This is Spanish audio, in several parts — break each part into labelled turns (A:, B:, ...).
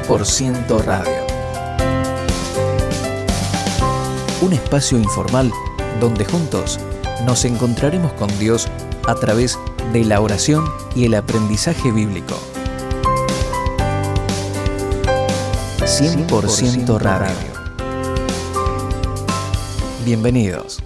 A: 100% Radio. Un espacio informal donde juntos nos encontraremos con Dios a través de la oración y el aprendizaje bíblico. 100% Radio. Bienvenidos.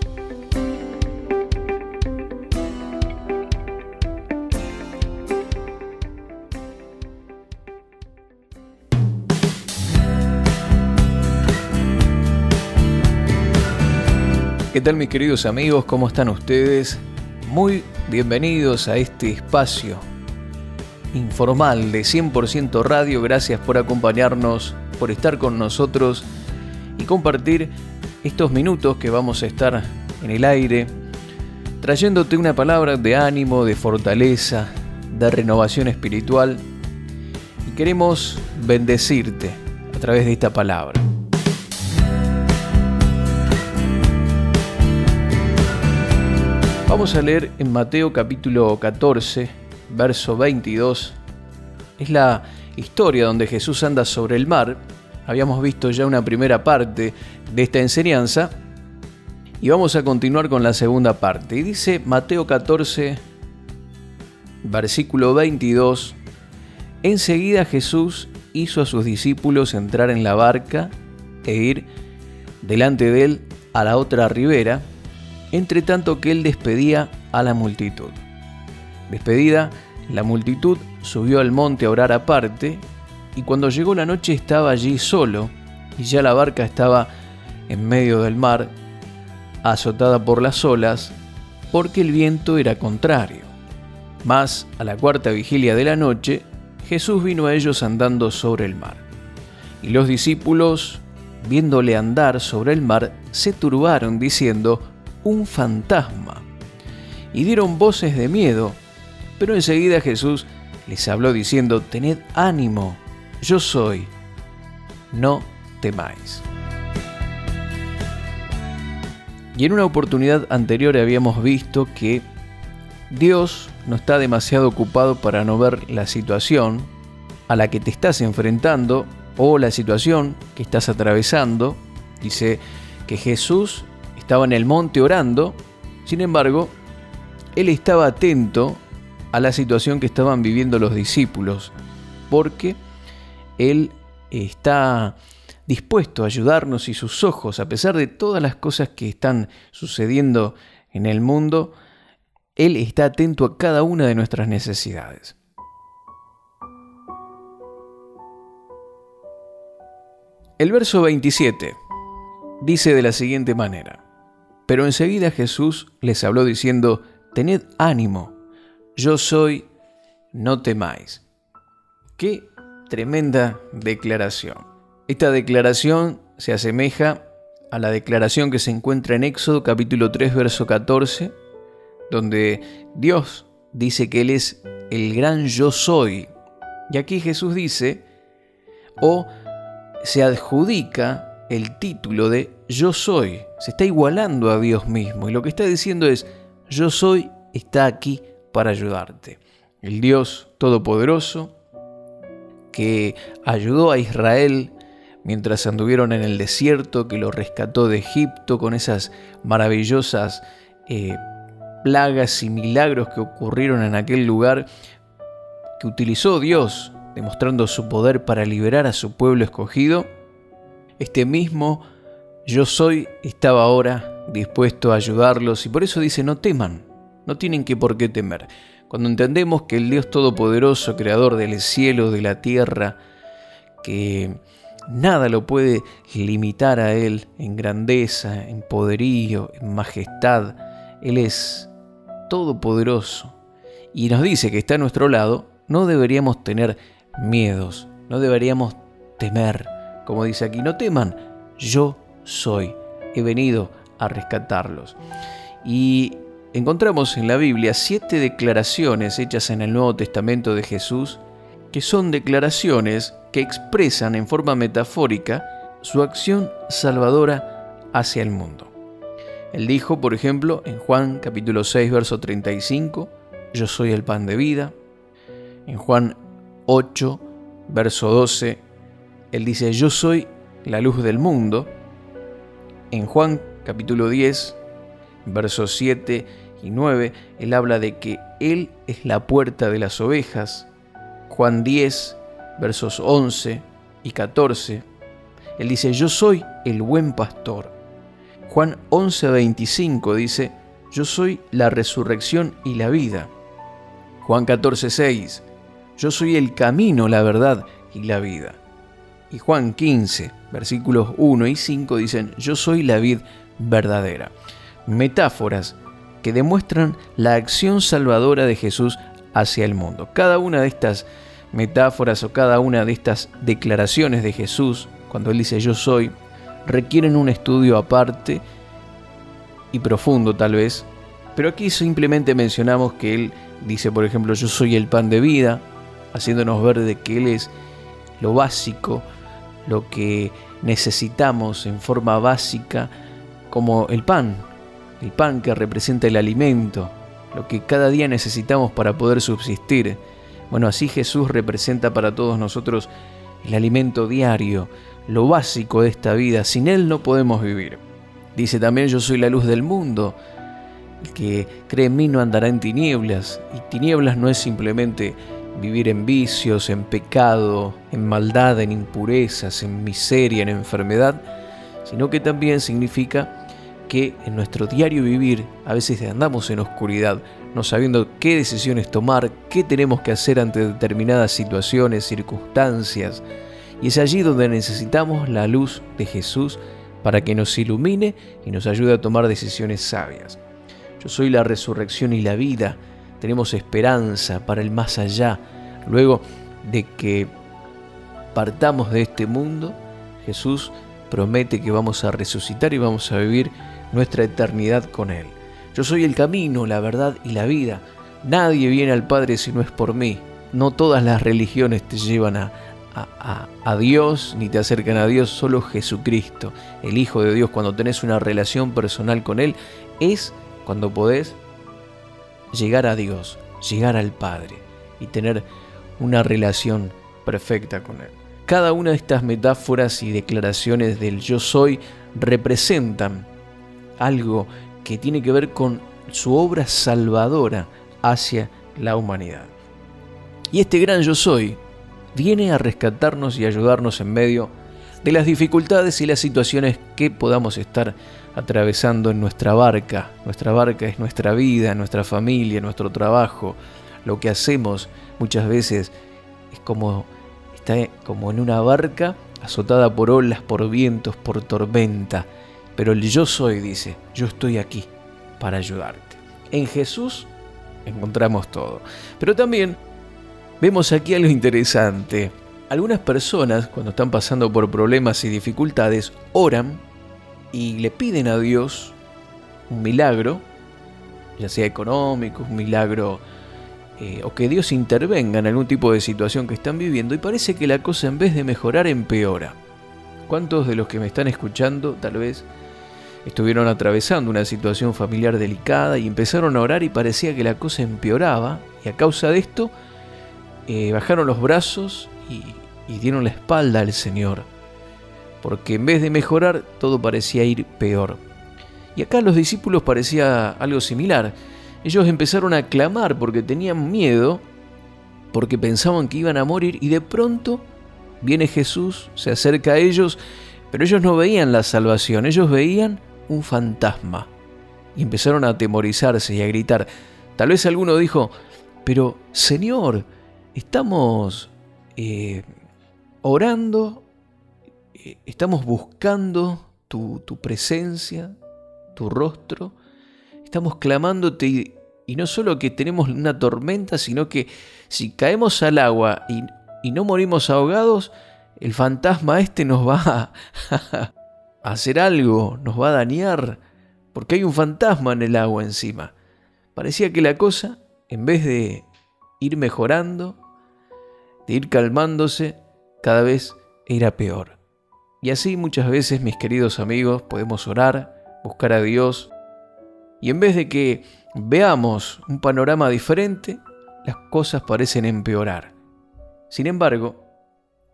A: ¿Qué tal, mis queridos amigos? ¿Cómo están ustedes? Muy bienvenidos a este espacio informal de 100% Radio. Gracias por acompañarnos, por estar con nosotros y compartir estos minutos que vamos a estar en el aire, trayéndote una palabra de ánimo, de fortaleza, de renovación espiritual. Y queremos bendecirte a través de esta palabra. Vamos a leer en Mateo capítulo 14, verso 22. Es la historia donde Jesús anda sobre el mar. Habíamos visto ya una primera parte de esta enseñanza y vamos a continuar con la segunda parte. Y dice Mateo 14, versículo 22. Enseguida Jesús hizo a sus discípulos entrar en la barca e ir delante de él a la otra ribera, entre tanto que él despedía a la multitud. Despedida, la multitud subió al monte a orar aparte, y cuando llegó la noche estaba allí solo, y ya la barca estaba en medio del mar, azotada por las olas, porque el viento era contrario. Mas a la cuarta vigilia de la noche, Jesús vino a ellos andando sobre el mar. Y los discípulos, viéndole andar sobre el mar, se turbaron, diciendo: un fantasma, y dieron voces de miedo. Pero enseguida Jesús les habló diciendo: tened ánimo, yo soy, no temáis. Y en una oportunidad anterior habíamos visto que Dios no está demasiado ocupado para no ver la situación a la que te estás enfrentando o la situación que estás atravesando. Dice que Jesús estaba en el monte orando, sin embargo, él estaba atento a la situación que estaban viviendo los discípulos, porque él está dispuesto a ayudarnos y sus ojos, a pesar de todas las cosas que están sucediendo en el mundo, él está atento a cada una de nuestras necesidades. El verso 27 dice de la siguiente manera: pero enseguida Jesús les habló diciendo: tened ánimo, yo soy, no temáis. ¡Qué tremenda declaración! Esta declaración se asemeja a la declaración que se encuentra en Éxodo capítulo 3, verso 14, donde Dios dice que Él es el gran yo soy. Y aquí Jesús dice, o se adjudica el título de yo soy, se está igualando a Dios mismo, y lo que está diciendo es: yo soy está aquí para ayudarte. El Dios Todopoderoso que ayudó a Israel mientras anduvieron en el desierto, que lo rescató de Egipto con esas maravillosas plagas y milagros que ocurrieron en aquel lugar, que utilizó Dios demostrando su poder para liberar a su pueblo escogido. Este mismo yo soy estaba ahora dispuesto a ayudarlos, y por eso dice: no teman, no tienen por qué temer. Cuando entendemos que el Dios Todopoderoso, creador del cielo, de la tierra, que nada lo puede limitar a Él en grandeza, en poderío, en majestad, Él es todopoderoso y nos dice que está a nuestro lado, no deberíamos tener miedos, no deberíamos temer. Como dice aquí: no teman, yo soy, he venido a rescatarlos. Y encontramos en la Biblia 7 declaraciones hechas en el Nuevo Testamento de Jesús, que son declaraciones que expresan en forma metafórica su acción salvadora hacia el mundo. Él dijo, por ejemplo, en Juan capítulo 6, verso 35, yo soy el pan de vida. En Juan 8, verso 12, Él dice, yo soy la luz del mundo. En Juan capítulo 10, versos 7 y 9, Él habla de que Él es la puerta de las ovejas. Juan 10, versos 11 y 14, Él dice, yo soy el buen pastor. Juan 11, 25 dice, yo soy la resurrección y la vida. Juan 14, 6, yo soy el camino, la verdad y la vida. Y Juan 15, versículos 1 y 5 dicen, yo soy la vid verdadera. Metáforas que demuestran la acción salvadora de Jesús hacia el mundo. Cada una de estas metáforas o cada una de estas declaraciones de Jesús, cuando Él dice yo soy, requieren un estudio aparte y profundo tal vez, pero aquí simplemente mencionamos que Él dice, por ejemplo, yo soy el pan de vida, haciéndonos ver de que Él es lo básico, lo que necesitamos en forma básica, como el pan que representa el alimento, lo que cada día necesitamos para poder subsistir. Bueno, así Jesús representa para todos nosotros el alimento diario, lo básico de esta vida. Sin Él no podemos vivir. Dice también, yo soy la luz del mundo. El que cree en mí no andará en tinieblas. Y tinieblas no es simplemente vivir en vicios, en pecado, en maldad, en impurezas, en miseria, en enfermedad, sino que también significa que en nuestro diario vivir a veces andamos en oscuridad, no sabiendo qué decisiones tomar, qué tenemos que hacer ante determinadas situaciones, circunstancias. Y es allí donde necesitamos la luz de Jesús para que nos ilumine y nos ayude a tomar decisiones sabias. Yo soy la resurrección y la vida. Tenemos esperanza para el más allá. Luego de que partamos de este mundo, Jesús promete que vamos a resucitar y vamos a vivir nuestra eternidad con Él. Yo soy el camino, la verdad y la vida. Nadie viene al Padre si no es por mí. No todas las religiones te llevan a Dios ni te acercan a Dios, solo Jesucristo, el Hijo de Dios. Cuando tenés una relación personal con Él, es cuando podés llegar a Dios, llegar al Padre y tener una relación perfecta con Él. Cada una de estas metáforas y declaraciones del yo soy representan algo que tiene que ver con su obra salvadora hacia la humanidad. Y este gran yo soy viene a rescatarnos y ayudarnos en medio de las dificultades y las situaciones que podamos estar atravesando en nuestra barca. Nuestra barca es nuestra vida, nuestra familia, nuestro trabajo. Lo que hacemos muchas veces es como en una barca azotada por olas, por vientos, por tormenta. Pero el yo soy dice, yo estoy aquí para ayudarte. En Jesús encontramos todo. Pero también vemos aquí algo interesante. Algunas personas, cuando están pasando por problemas y dificultades, oran y le piden a Dios un milagro, ya sea económico, un milagro, o que Dios intervenga en algún tipo de situación que están viviendo, y parece que la cosa en vez de mejorar empeora. ¿Cuántos de los que me están escuchando tal vez estuvieron atravesando una situación familiar delicada y empezaron a orar y parecía que la cosa empeoraba, y a causa de esto bajaron los brazos y dieron la espalda al Señor? Porque en vez de mejorar, todo parecía ir peor. Y acá los discípulos parecía algo similar. Ellos empezaron a clamar porque tenían miedo, porque pensaban que iban a morir, y de pronto viene Jesús, se acerca a ellos, pero ellos no veían la salvación, ellos veían un fantasma. Y empezaron a atemorizarse y a gritar. Tal vez alguno dijo, pero Señor, estamos orando, estamos buscando tu presencia, tu rostro, estamos clamándote, y no solo que tenemos una tormenta, sino que si caemos al agua y no morimos ahogados, el fantasma nos va a hacer algo, nos va a dañar, porque hay un fantasma en el agua encima. Parecía que la cosa, en vez de ir mejorando, de ir calmándose, cada vez era peor. Y así muchas veces, mis queridos amigos, podemos orar, buscar a Dios, y en vez de que veamos un panorama diferente, las cosas parecen empeorar. Sin embargo,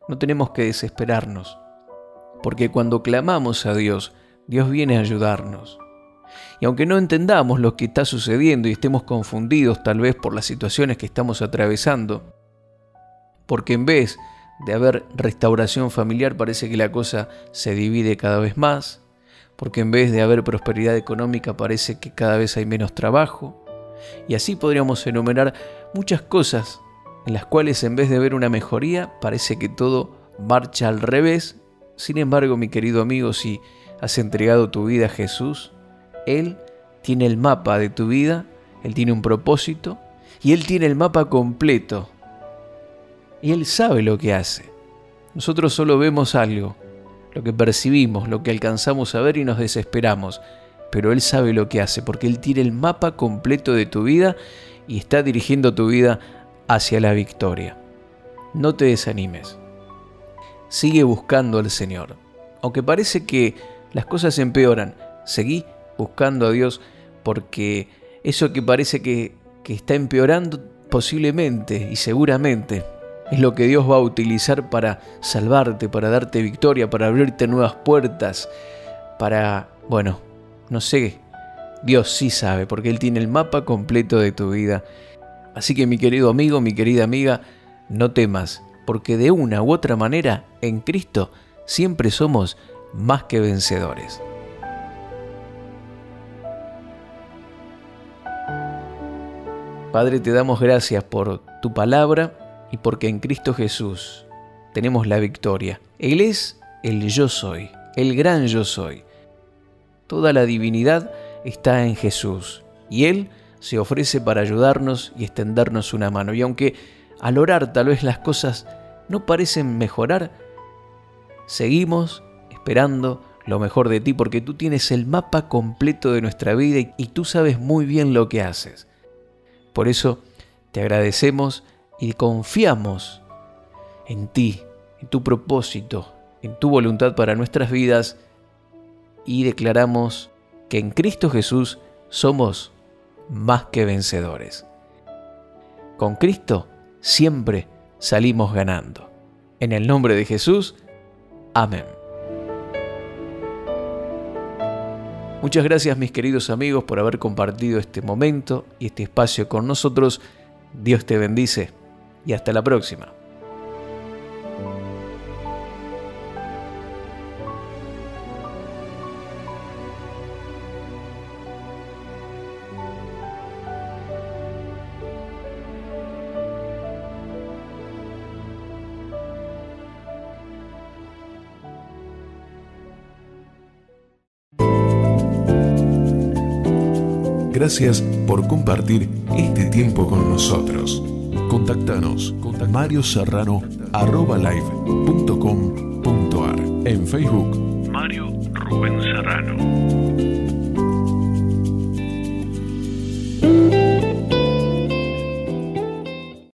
A: no tenemos que desesperarnos, porque cuando clamamos a Dios, Dios viene a ayudarnos. Y aunque no entendamos lo que está sucediendo y estemos confundidos tal vez por las situaciones que estamos atravesando, porque en vez de haber restauración familiar parece que la cosa se divide cada vez más, porque en vez de haber prosperidad económica parece que cada vez hay menos trabajo, y así podríamos enumerar muchas cosas en las cuales en vez de ver una mejoría parece que todo marcha al revés. Sin embargo, mi querido amigo, si has entregado tu vida a Jesús, Él tiene el mapa de tu vida, Él tiene un propósito y Él tiene el mapa completo. Y Él sabe lo que hace. Nosotros solo vemos algo, lo que percibimos, lo que alcanzamos a ver y nos desesperamos. Pero Él sabe lo que hace, porque Él tiene el mapa completo de tu vida y está dirigiendo tu vida hacia la victoria. No te desanimes. Sigue buscando al Señor. Aunque parece que las cosas empeoran, seguí buscando a Dios, porque eso que parece que está empeorando posiblemente y seguramente es lo que Dios va a utilizar para salvarte, para darte victoria, para abrirte nuevas puertas, para, no sé, Dios sí sabe, porque Él tiene el mapa completo de tu vida. Así que mi querido amigo, mi querida amiga, no temas, porque de una u otra manera, en Cristo, siempre somos más que vencedores. Padre, te damos gracias por tu palabra y porque en Cristo Jesús tenemos la victoria. Él es el yo soy, el gran yo soy. Toda la divinidad está en Jesús y Él se ofrece para ayudarnos y extendernos una mano. Y aunque al orar tal vez las cosas no parecen mejorar, seguimos esperando lo mejor de ti, porque tú tienes el mapa completo de nuestra vida y tú sabes muy bien lo que haces. Por eso te agradecemos y confiamos en ti, en tu propósito, en tu voluntad para nuestras vidas, y declaramos que en Cristo Jesús somos más que vencedores. Con Cristo siempre salimos ganando. En el nombre de Jesús, amén. Muchas gracias, mis queridos amigos, por haber compartido este momento y este espacio con nosotros. Dios te bendice y hasta la próxima.
B: Gracias por compartir este tiempo con nosotros. Contactanos con marioserrano@live.com.ar. En Facebook, Mario Rubén Serrano.